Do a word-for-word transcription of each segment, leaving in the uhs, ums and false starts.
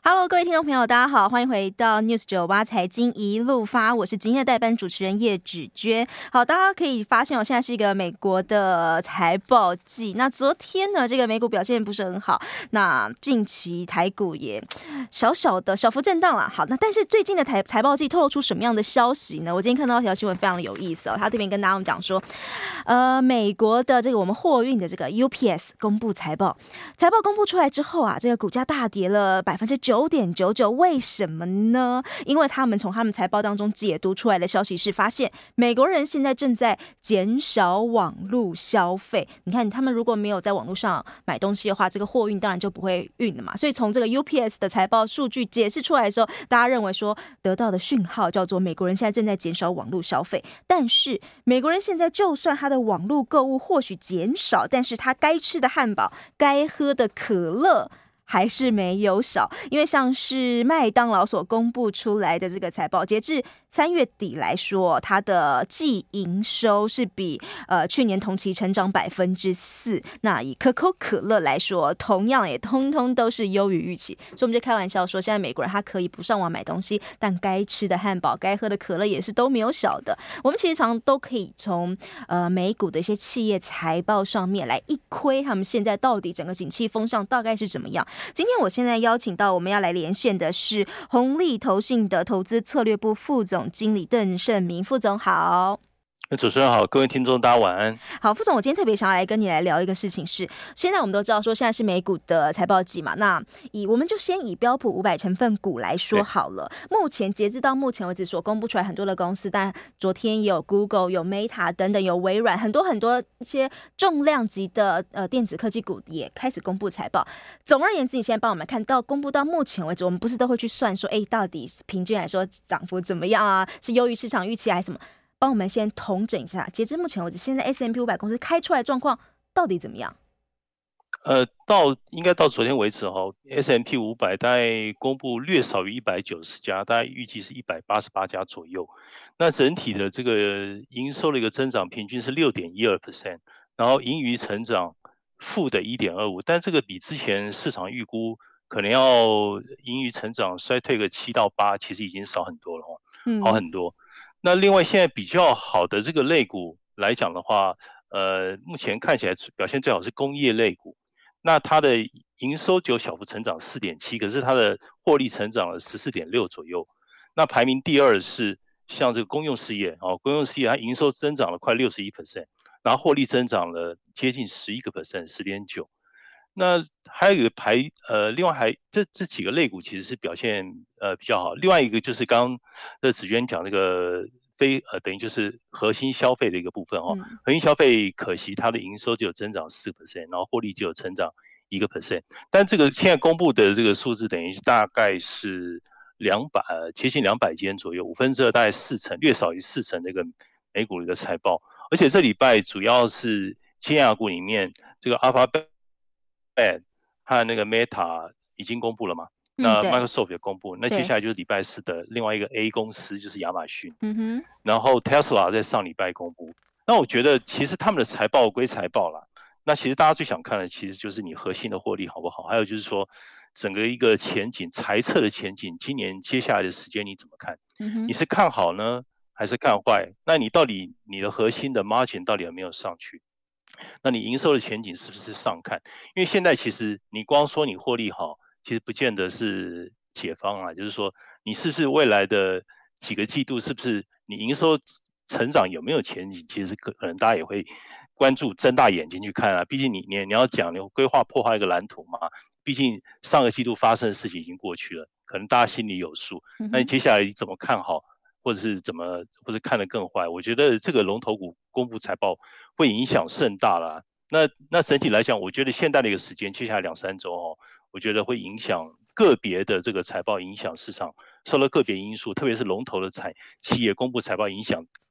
Hello， 各位听众朋友，大家好，欢迎回到 News 九八财经一路发，我是今天的代班主持人叶芷娟。好，大家可以发现，我现在是一个美国的财报季。那昨天呢，这个美股表现不是很好，那近期台股也小小的小幅震荡啦。好，那但是最近的财财报季透露出什么样的消息呢？我今天看到一条新闻非常的有意思哦，他这边跟大家讲说，呃，美国的这个我们货运的这个 U P S 公布财报，财报公布出来之后啊，这个股价大跌了百分之九点九九，为什么呢？因为他们从他们财报当中解读出来的消息是，发现美国人现在正在减少网络消费。你看，他们如果没有在网络上买东西的话，这个货运当然就不会运了嘛。所以从这个 U P S 的财报数据解释出来的时候，大家认为说得到的讯号叫做美国人现在正在减少网络消费。但是美国人现在就算他的网络购物或许减少，但是他该吃的汉堡、该喝的可乐还是没有少，因为像是麦当劳所公布出来的这个财报，截至三月底来说，它的季营收是比呃去年同期成长百分之四。那以可口可乐来说，同样也通通都是优于预期。所以我们就开玩笑说，现在美国人他可以不上网买东西，但该吃的汉堡、该喝的可乐也是都没有少的。我们其实常都可以从呃美股的一些企业财报上面来一窥他们现在到底整个景气风向大概是怎么样。今天我现在邀请到我们要来连线的是红利投信的投资策略部副总经理邓胜明副总好。 主持人好，各位听众大家晚安。 好，副总，我今天特别想要来跟你来聊一个事情是，现在我们都知道说现在是美股的财报季嘛，那以我们就先以标普五百成分股来说好了。目前截至到目前为止所公布出来很多的公司，但昨天有 Google、有 Meta 等等，有微软，很多很多一些重量级的呃电子科技股也开始公布财报。总而言之，你现在帮我们看到公布到目前为止，我们不是都会去算说，哎，到底平均来说涨幅怎么样啊？是优于市场预期还是什么？帮我们先统整一下，截至目前为止，现在 S and P 五百 公司开出来的状况到底怎么样？ 呃，到应该到昨天为止哈 ，S and P 五百大概公布略少于一百九十家，大概预计是一百八十八家左右。那整体的这个营收的一个增长平均是 百分之六点一二， 然后盈余成长负的 一点二五， 但这个比之前市场预估可能要盈余成长衰退个七到八，其实已经少很多了哦，好很多。嗯那另外，现在比较好的这个类股来讲的话，呃，目前看起来表现最好是工业类股。那它的营收只有小幅成长 四点七， 可是它的获利成长了 十四点六 左右。那排名第二是像这个公用事业哦，公用事业它营收增长了快 百分之六十一， 然后获利增长了接近 百分之十一， 十点九。那还有一个排呃，另外还这这几个类股其实是表现呃比较好。另外一个就是刚刚的芷娟讲那个非呃等于就是核心消费的一个部分哦，嗯、核心消费可惜它的营收只有增长 百分之四， 然后获利只有成长一个 percent。但这个现在公布的这个数字等于大概是两百呃接近两百间左右，五分之二大概四成，略少于四成的一个美股的一个财报。而且这礼拜主要是尖牙股里面这个 Alphabet和那个 Meta 已经公布了嘛？那 Microsoft 也公布，那接下来就是礼拜四的另外一个 A 公司就是亚马逊，嗯、然后 Tesla 在上礼拜公布。那我觉得其实他们的财报归财报啦，那其实大家最想看的其实就是你核心的获利好不好，还有就是说整个一个前景财测的前景，今年接下来的时间你怎么看？嗯、你是看好呢，还是看坏？那你到底你的核心的 margin 到底有没有上去？那你营收的前景是不是上看？因为现在其实你光说你获利好，其实不见得是解方啊。就是说，你是不是未来的几个季度，是不是你营收成长有没有前景？其实可能大家也会关注，睁大眼睛去看啊。毕竟你你你要讲你规划破坏一个蓝图嘛。毕竟上个季度发生的事情已经过去了，可能大家心里有数。那你接下来怎么看好？或者是怎么，或者看得更坏？我觉得这个龙头股公布财报会影响甚大啦。那那整体来讲，我觉得现在的一个时间，接下来两三周哦，我觉得会影响个别的这个财报，影响市场，受到个别因素，特别是龙头的财企业公布财报影响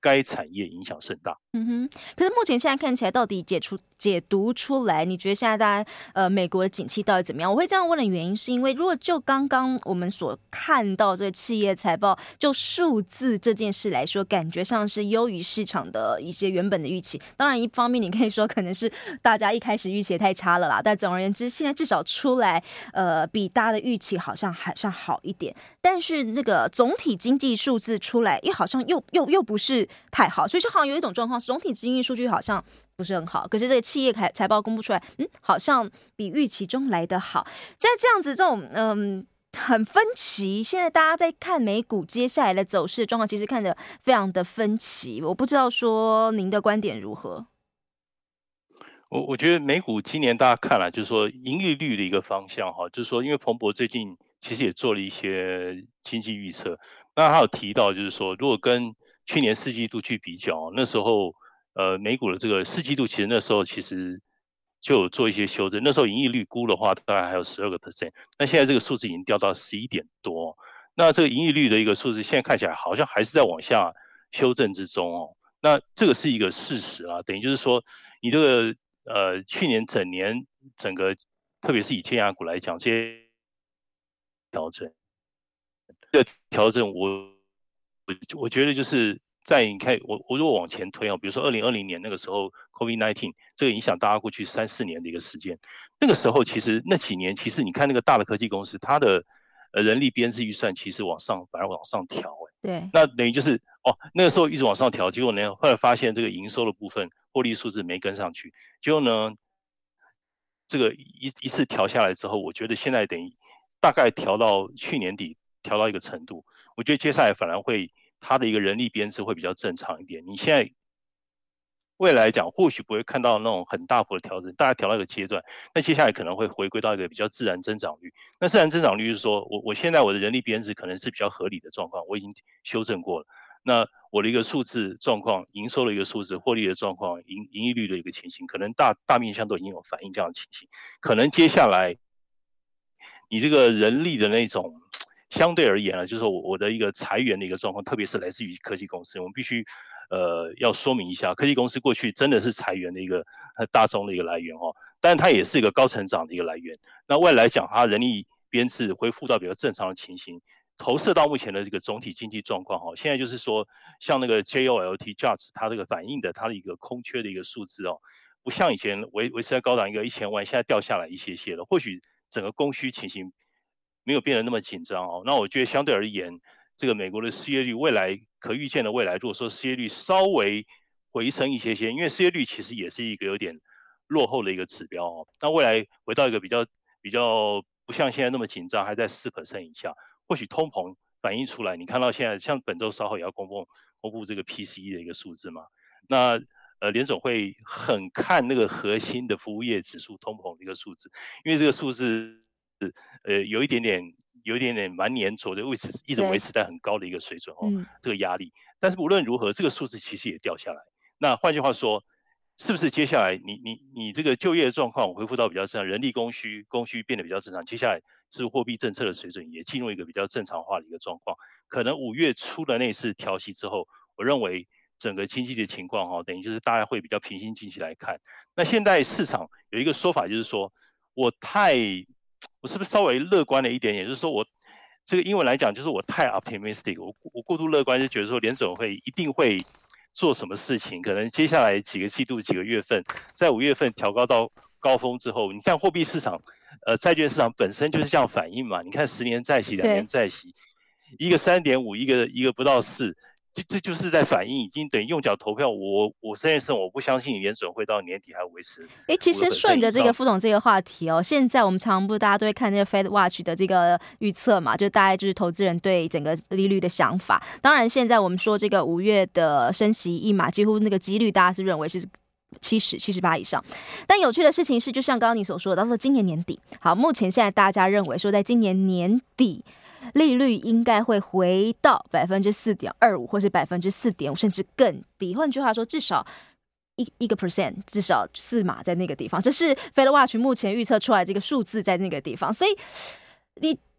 该产业影响甚大。 嗯哼，可是目前现在看起来，到底解出解读出来，你觉得现在大家呃美国的景气到底怎么样？我会这样问的原因，是因为如果就刚刚我们所看到这个企业财报，就数字这件事来说，感觉上是优于市场的一些原本的预期。当然，一方面你可以说可能是大家一开始预期也太差了啦，但总而言之，现在至少出来，呃，比大家的预期好像还算好一点。但是那个总体经济数字出来，又好像又又又不是太好，所以就好像有一种状况，总体经济数据好像不是很好，可是这个企业财报公布出来，嗯，好像比预期中来得好。在这样子这种嗯很分歧，现在大家在看美股接下来的走势的状况，其实看得非常的分歧。我不知道说您的观点如何？ 我我觉得美股今年大家看了，就是说盈利率的一个方向哈，就是说因为彭博最近其实也做了一些经济预测，那他有提到就是说，如果跟去年四季度去比较，那时候呃美股的这个四季度其实那时候其实就有做一些修正，那时候盈利率估的话大概还有十二个 percent， 那现在这个数字已经掉到十一点多，那这个盈利率的一个数字现在看起来好像还是在往下修正之中哦，那这个是一个事实啊，等于就是说你这个。呃，去年整年整个，特别是以尖牙股来讲，这些调整，这个调整我，我我觉得就是在你看，我我如果往前推啊，比如说二零二零年那个时候 ，COVID 十九 这个影响大家过去三四年的一个时间，那个时候其实那几年，其实你看那个大的科技公司，它的呃人力编制预算其实往上反而往上调、欸， 对， 那等于就是哦，那个时候一直往上调，结果呢，后来发现这个营收的部分。获利数字没跟上去，结果呢，这个一一次调下来之后，我觉得现在等于大概调到去年底调到一个程度，我觉得接下来反而会它的一个人力编制会比较正常一点。你现在未来来讲，或许不会看到那种很大幅的调整，大概调到一个阶段，那接下来可能会回归到一个比较自然增长率。那自然增长率是说我我现在我的人力编制可能是比较合理的状况，我已经修正过了。那我的一个数字状况，营收的一个数字，获利的状况，盈盈利率的一个情形，可能大大面向都已经有反映这样的情形。可能接下来，你这个人力的那种相对而言呢，就是说我的一个裁员的一个状况，特别是来自于科技公司，我们必须呃要说明一下，科技公司过去真的是裁员的一个大宗的一个来源哦，但它也是一个高成长的一个来源。那未来讲，它人力编制恢复到比较正常的情形。投射到目前的这个总体经济状况哈，现在就是说，像那个 J O L T Jobs 它这个反映的它的一个空缺的一个数字哦，不像以前维维持在高档一个一千万，现在掉下来一些些了。或许整个供需情形没有变得那么紧张哦。那我觉得相对而言，这个美国的失业率未来可预见的未来，如果说失业率稍微回升一些些，因为失业率其实也是一个有点落后的一个指标哦。那未来回到一个比较比较不像现在那么紧张，还在四 percent 以下。或许通膨反映出来，你看到现在像本周稍后也要公布公布这个 P C E 的一个数字嘛？那呃联总会很看那个核心的服务业指数通膨的一个数字，因为这个数字呃有一点点有一点点蛮黏着的，位置一直维持在很高的一个水准哦，嗯、这个压力。但是无论如何，这个数字其实也掉下来。那换句话说，是不是接下来你你你这个就业状况恢复到比较正常，人力供需供需变得比较正常，接下来是货币政策的水准也进入一个比较正常化的一个状况。可能五月初的那次调息之后，我认为整个经济的情况哈、哦，等于就是大家会比较平心静气来看。那现在市场有一个说法就是说，我太我是不是稍微乐观了一点点？就是说我这个英文来讲，就是我太 optimistic， 我我过度乐观，就觉得说联总会一定会做什么事情，可能接下来几个季度、几个月份，在五月份调高到高峰之后，你看货币市场、呃债券市场本身就是这样反应嘛。你看十年债息、两年债息，一个三点五，一个一个不到四，这这就是在反映，已经等于用脚投票。我我这件事我不相信联准会到年底还维持。 哎，其实顺着这个副总这个话题哦，现在我们常常不是大家都会看这个 Fed Watch 的这个预测嘛，就大概就是投资人对整个利率的想法。当然，现在我们说这个五月的升息一码，几乎那个几率大家是认为是七十、七十八以上。但有趣的事情是，就像刚刚你所说的，到了今年年底，好，目前现在大家认为说，在今年年底。利率应该会回到百分之四点二五，或是百分之四点五，甚至更低。换句话说，至少一一个 percent， 至少四码在那个地方。这是 Fed Watch 目前预测出来这个数字在那个地方。所以你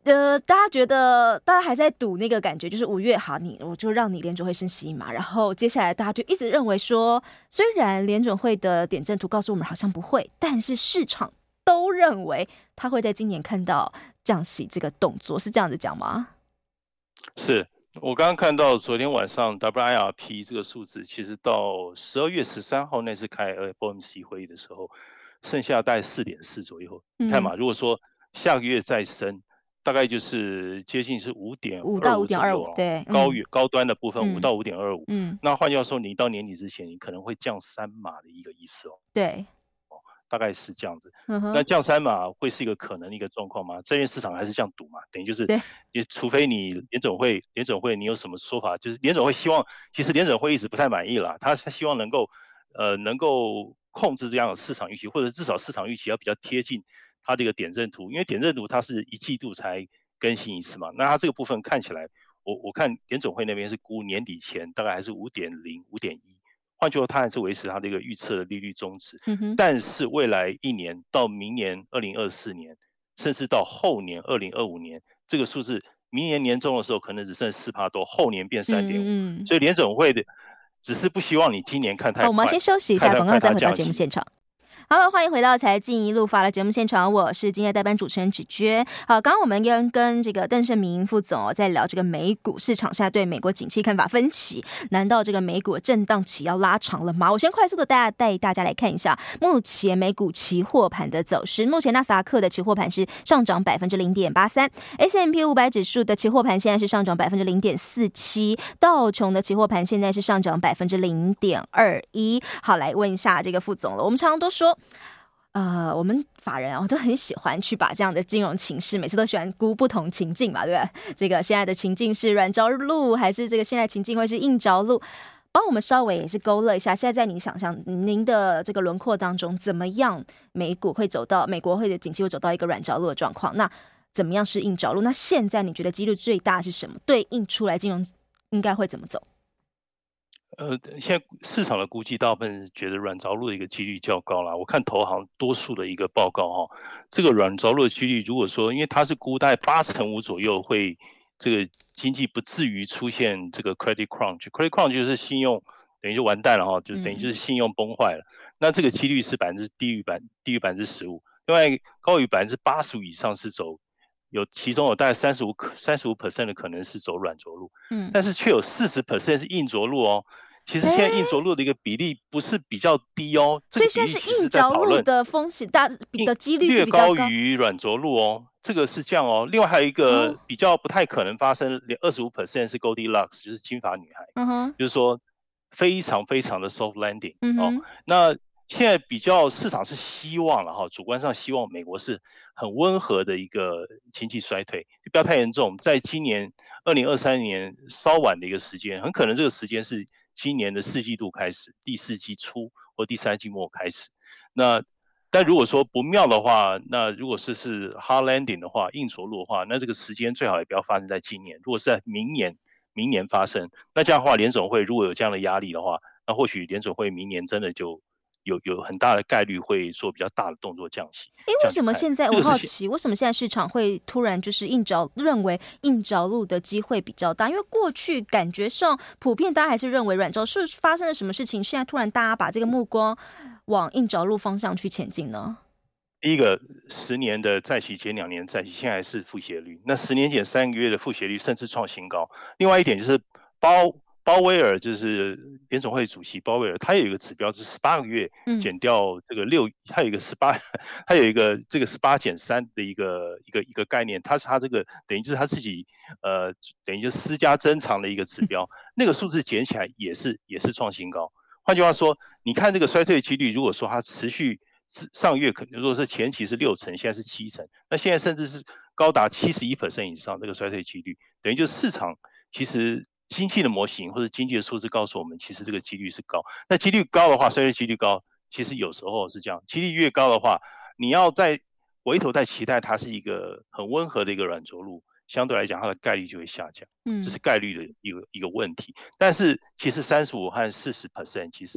呃，大家觉得大家还在赌那个感觉，就是五月好，你我就让你联准会升息嘛，然后接下来大家就一直认为说，虽然联准会的点阵图告诉我们好像不会，但是市场都认为他会在今年看到降息这个动作，是这样子讲吗？ 是我刚刚看到昨天晚上 W I R P 这个数字，其实到十二月十三号那次开 F O M C 会议的时候，剩下大概四点四左右。你看嘛，如果说下个月再升，大概就是接近是五点五到五点二五，对， 高于、嗯、高端的部分五、 嗯、 到五点二五。 嗯， 那换句话说，你到年底之前，你可能会降三码的一个意思哦。 对。 大概是这样子， 嗯、 那降三码会是一个可能的一个状况吗？这边市场还是这样赌嘛？等于就是，也除非你联准会，联准会你有什么说法？就是联准会希望，其实联准会一直不太满意啦，他希望能够，呃，能够控制这样的市场预期，或者至少市场预期要比较贴近它这个点阵图，因为点阵图它是一季度才更新一次嘛。那它这个部分看起来，我我看联准会那边是估年底前大概还是五点零、五点一。换句话说，它还是维持它的一个预测的利率中值， 嗯、 但是未来一年到明年二零二四年，甚至到后年二零二五年，这个数字明年年中的时候可能只剩四趴多，后年变三点五。所以联准会的只是不希望你今年看太快。 我们先休息一下，广告再回到节目现场。好了，欢迎回到财经一路发的节目现场，我是今天代班主持人芷娟。好，刚刚我们跟跟这个邓胜明副总、哦、在聊这个美股市场现在对美国景气看法分歧，难道这个美股震荡期要拉长了吗？我先快速的带带大家来看一下目前美股期货盘的走势。目前纳斯达克的期货盘是上涨百分之零点八三 ，S and P 五百指数的期货盘现在是上涨百分之零点四七，道琼的期货盘现在是上涨百分之零点二一。好，来问一下这个副总了，我们常常都说。呃，我们法人啊都很喜欢去把这样的金融情势，每次都喜欢估不同情境嘛，对不对？这个现在的情境是软着陆，还是这个现在情境会是硬着陆？帮我们稍微也是勾勒一下，现在在你想象您的这个轮廓当中，怎么样美股会走到美国会的景气会走到一个软着陆的状况？那怎么样是硬着陆？那现在你觉得几率最大是什么？对应出来金融应该会怎么走？ 呃，现在市场的估计大部分觉得软着陆的一个几率较高啦。我看投行多数的一个报告哈、哦，这个软着陆的几率，如果说因为它是估大概八成五左右会这个经济不至于出现这个 credit crunch，credit crunch 就是信用等于就完蛋了哈，就等于就是信用崩坏了。嗯、那这个几率是百分之低于百低于百分之十五，另外高于百分之八十五以上是走。有其中有大概三十五三十五 percent 的可能是走软着陆，嗯，但是却有四十 percent 是硬着陆哦。其实现在硬着陆的一个比例不是比较低哦， 所以现在是硬着陆的风险大的几率是略高于软着陆哦，这个是这样哦。另外还有一个比较不太可能发生，连二十五 percent 是 Goldilocks， 就是金发女孩，嗯哼，就是说非常非常的 soft landing、嗯、哦。那现在比较市场是希望了哈，主观上希望美国是很温和的一个经济衰退，就不要太严重。在今年二零二三年稍晚的一个时间，很可能这个时间是今年的四季度开始，第四季初或第三季末开始。那但如果说不妙的话，那如果是是 hard landing 的话，硬着陆的话，那这个时间最好也不要发生在今年。如果是在明年，明年发生，那这样的话，联总会如果有这样的压力的话，那或许联总会明年真的就。有有很大的概率会做比较大的动作降息。 哎，为什么现在我好奇，为什么现在市场会突然就是硬着认为硬着陆的机会比较大？因为过去感觉上普遍大家还是认为软着陆是发生了什么事情，现在突然大家把这个目光往硬着陆方向去前进呢？ 第一个，十年的债息减两年债息，现在是负斜率。那十年减三个月的负斜率甚至创新高。另外一点就是包。鲍威尔就是联总会主席鲍威尔，他有一个指标是十八个月减掉这个六，他有一个十八，他有一个这个十八减三的一个一个一个概念，他是他这个等于就是他自己呃等于就私家珍藏的一个指标，那个数字减起来也是也是创新高。换句话说，你看这个衰退几率，如果说它持续上月可能如果是前期是六成，现在是七成，那现在甚至是高达七十一 percent 以上这个衰退几率，等于就市场其实。经济的模型或者经济的数字告诉我们，其实这个几率是高。那几率高的话，衰退几率高，其实有时候是这样。几率越高的话，你要再回头再期待它是一个很温和的一个软着陆，相对来讲它的概率就会下降。嗯，这是概率的一个一个问题。但是其实三十五和四十 percent 其实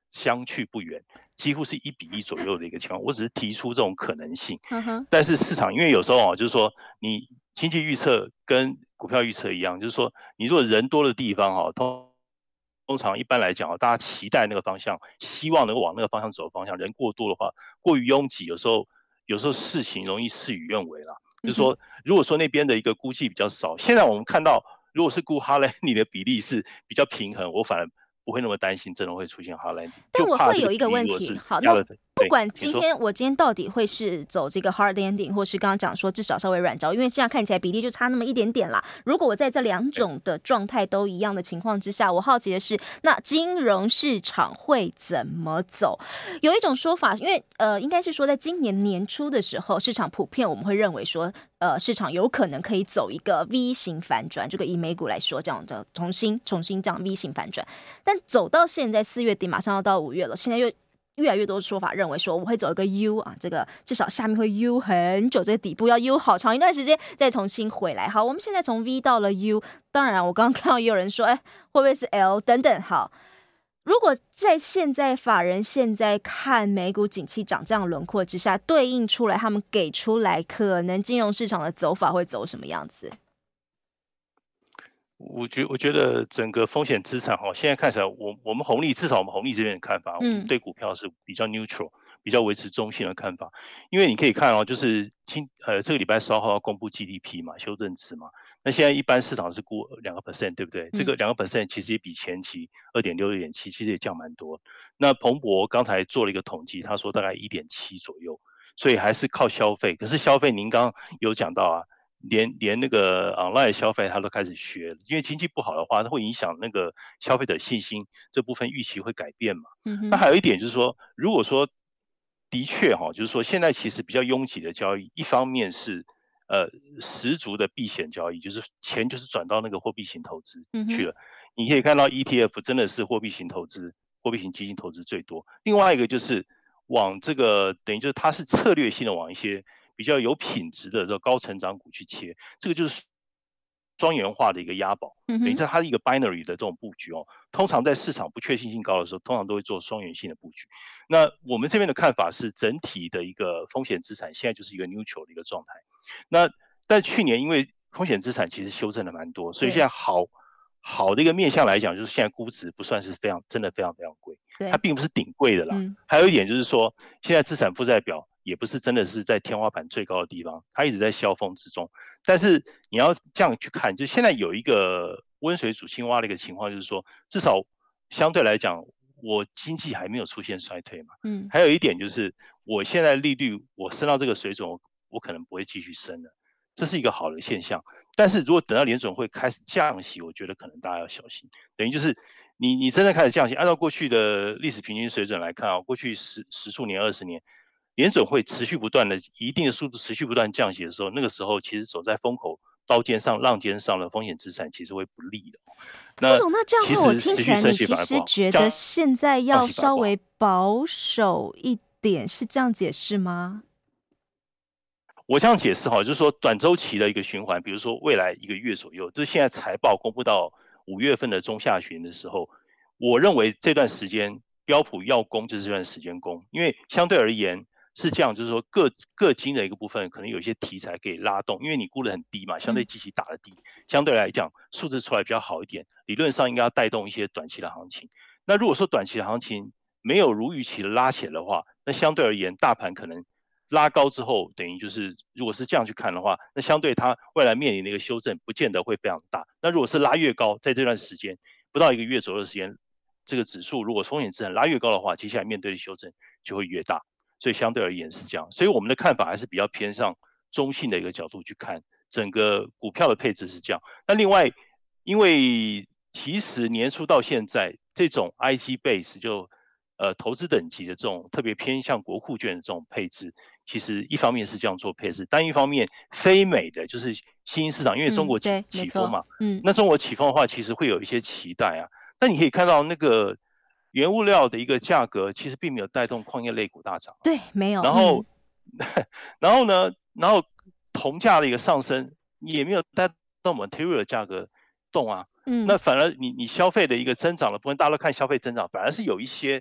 相去不远，几乎是一比一左右的一个情况。我只是提出这种可能性， 嗯哼， 但是市场因为有时候啊，就是说你经济预测跟股票预测一样，就是说你如果人多的地方哈，通通常一般来讲啊，大家期待那个方向，希望能够往那个方向走的方向，人过多的话，过于拥挤，有时候有时候事情容易事与愿违啦。就是说，如果说那边的一个估计比较少，现在我们看到，如果是估哈兰迪的比例是比较平衡，我反而不会那么担心真的会出现哈兰迪。 但我会有一个问题，好，那不管今天我今天到底会是走这个 hard landing， 或是刚刚讲说至少稍微软着，因为现在看起来比例就差那么一点点啦。如果我在这两种的状态都一样的情况之下，我好奇的是，那金融市场会怎么走？有一种说法，因为呃，应该是说在今年年初的时候，市场普遍我们会认为说，呃，市场有可能可以走一个 V 型反转，这个以美股来说，这样的重新重新这样 V 型反转，但走到现在四月底，马上要到五月了，现在又越来越多的说法认为说我会走一个 U 啊，这个至少下面会 U 很久，这个底部要 U 好长一段时间再重新回来。好，我们现在从 V 到了 U， 当然我刚刚看到也有人说，哎，会不会是 L 等等。好，如果在现在法人现在看美股景气涨这样轮廓之下，对应出来他们给出来可能金融市场的走法会走什么样子？ 我觉我觉得整个风险资产哈，现在看起来，我我们红利至少我们红利这边的看法，我们对股票是比较 neutral， 比较维持中性的看法。因为你可以看哦，就是今呃这个礼拜十二号要公布 G D P 嘛，修正值嘛。那现在一般市场是估两个 percent， 对不对？这个两个 percent 其实也比前期二点六、二点七其实也降蛮多。那彭博刚才做了一个统计，他说大概一点七左右，所以还是靠消费。可是消费您刚刚有讲到啊。连连那个 online 消费它都开始学了，因为经济不好的话，它会影响那个消费者信心，这部分预期会改变嘛。嗯、那还有一点就是说，如果说的确哈，就是说现在其实比较拥挤的交易，一方面是呃十足的避险交易，就是钱就是转到那个货币型投资去了。嗯、你可以看到 E T F 真的是货币型投资、货币型基金投资最多。另外一个就是往这个等于就是它是策略性的往一些。比较有品质的这个高成长股去切，这个就是双元化的一个押宝，等于是它是一个 binary 的这种布局哦。通常在市场不确定性高的时候，通常都会做双元性的布局。那我们这边的看法是，整体的一个风险资产现在就是一个 neutral 的一个状态。那但去年因为风险资产其实修正了蛮多，所以现在好好的一个面向来讲，就是现在估值不算是非常真的非常非常贵，它并不是顶贵的啦。嗯、还有一点就是说，现在资产负债表。也不是真的是在天花板最高的地方，它一直在消峰之中。但是你要这样去看，就现在有一个温水煮青蛙的一个情况，就是说，至少相对来讲，我经济还没有出现衰退嘛。嗯。还有一点就是，我现在利率我升到这个水准，我我可能不会继续升了，这是一个好的现象。但是如果等到联准会开始降息，我觉得可能大家要小心。等于就是你你真的开始降息，按照过去的历史平均水准来看啊，过去十十数年、二十年。联准会持续不断的一定的速度持续不断降息的时候，那个时候其实走在风口刀尖上、浪尖上的风险资产其实会不利的。 那那这样的话，我听起来你其实觉得现在要稍微保守一点，是这样解释吗？ 我这样解释哈，就是说短周期的一个循环，比如说未来一个月左右，就是现在财报公布到五月份的中下旬的时候，我认为这段时间标普要攻就是这段时间攻，因为相对而言。是这样，就是说各各金的一个部分，可能有一些题材可以拉动，因为你估得很低嘛，相对基期打得低，相对来讲数字出来比较好一点，理论上应该要带动一些短期的行情。那如果说短期的行情没有如预期的拉起来的话，那相对而言，大盘可能拉高之后，等于就是如果是这样去看的话，那相对它未来面临的一个修正，不见得会非常大。那如果是拉越高，在这段时间不到一个月左右的时间，这个指数如果风险资产拉越高的话，接下来面对的修正就会越大。所以相对而言是这样，所以我们的看法还是比较偏向中性的一个角度去看整个股票的配置是这样。那另外，因为其实年初到现在，这种 I G base 就呃投资等级的这种特别偏向国库券的这种配置，其实一方面是这样做配置，但一方面非美的就是新兴市场，因为中国起、嗯、起风嘛，嗯，那中国起风的话，其实会有一些期待啊。但你可以看到那个。原物料的一个价格其实并没有带动矿业类股大涨， 对，没有。 然后，嗯、然后呢，然后铜价的一个上升也没有带动 material 的价格动啊。嗯，那反而你你消费的一个增长的部分，大家都看消费增长，反而是有一些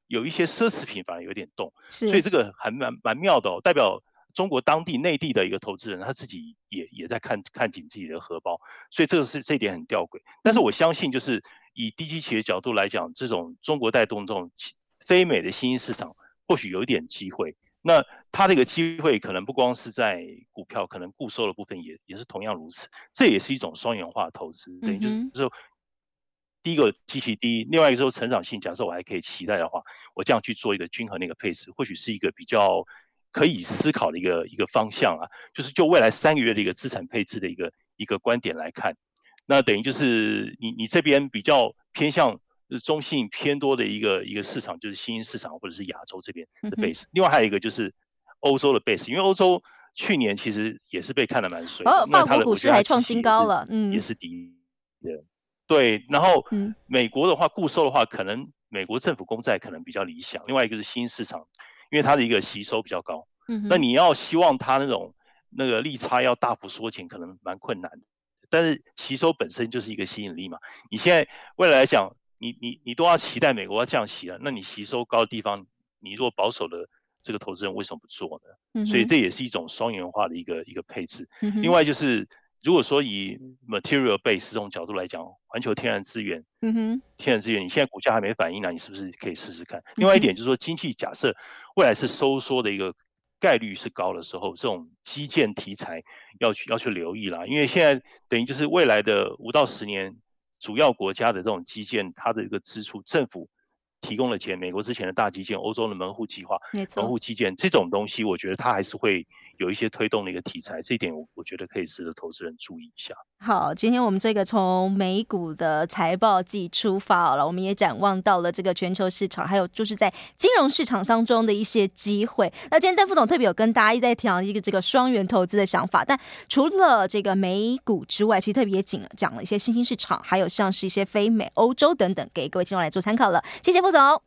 有一些奢侈品反而有点动， 是， 所以这个还蛮蛮妙的哦，代表中国当地内地的一个投资人，他自己也也在看看紧自己的荷包，所以这个是这一点很吊诡。但是我相信，就是以低基企的角度来讲，这种中国带动这种非美的新兴市场，或许有一点机会。那它这个机会可能不光是在股票，可能固收的部分也也是同样如此。这也是一种双元化的投资，等于就是说。第一个基期低，另外一个说成长性，假设我还可以期待的话，我这样去做一个均衡的一个配置，或许是一个比较可以思考的一个一个方向啊。就是就未来三个月的一个资产配置的一个一个观点来看，那等于就是你你这边比较偏向中性偏多的一个一个市场，就是新兴市场或者是亚洲这边的 base、嗯。另外还有一个就是欧洲的 base， 因为欧洲去年其实也是被看得蛮衰的， 哦，法国股市还创新高了， 嗯，也是低的。对，然后美国的话，固收的话，可能美国政府公债可能比较理想。另外一个是新市场，因为它的一个息收比较高，嗯、那你要希望它那种那个利差要大幅缩减，可能蛮困难的。但是息收本身就是一个吸引力嘛。你现在未来来讲，你你你都要期待美国要降息了，那你息收高的地方，你如果保守的这个投资人为什么不做呢？嗯、所以这也是一种双元化的一个一个配置。嗯、另外就是。如果说以 material base 这种角度来讲，环球天然资源，嗯哼，天然资源，你现在股价还没反应呢，你是不是可以试试看？另外一点就是说，经济假设未来是收缩的一个概率是高的时候，这种基建题材要去要去留意啦，因为现在等于就是未来的五到十年，主要国家的这种基建，它的一个支出，政府提供了钱，美国之前的大基建，欧洲的门户计划，门户基建这种东西，我觉得它还是会有一些推动的一个题材，这一点我我觉得可以值得投资人注意一下。 好，今天我们这个从美股的财报季出发好了，我们也展望到了这个全球市场，还有就是在金融市场当中的一些机会。那今天邓副总特别有跟大家一直在讲一个这个双元投资的想法，但除了这个美股之外，其实特别讲讲了一些新兴市场，还有像是一些非美、欧洲等等，给各位听众来做参考了。谢谢副总。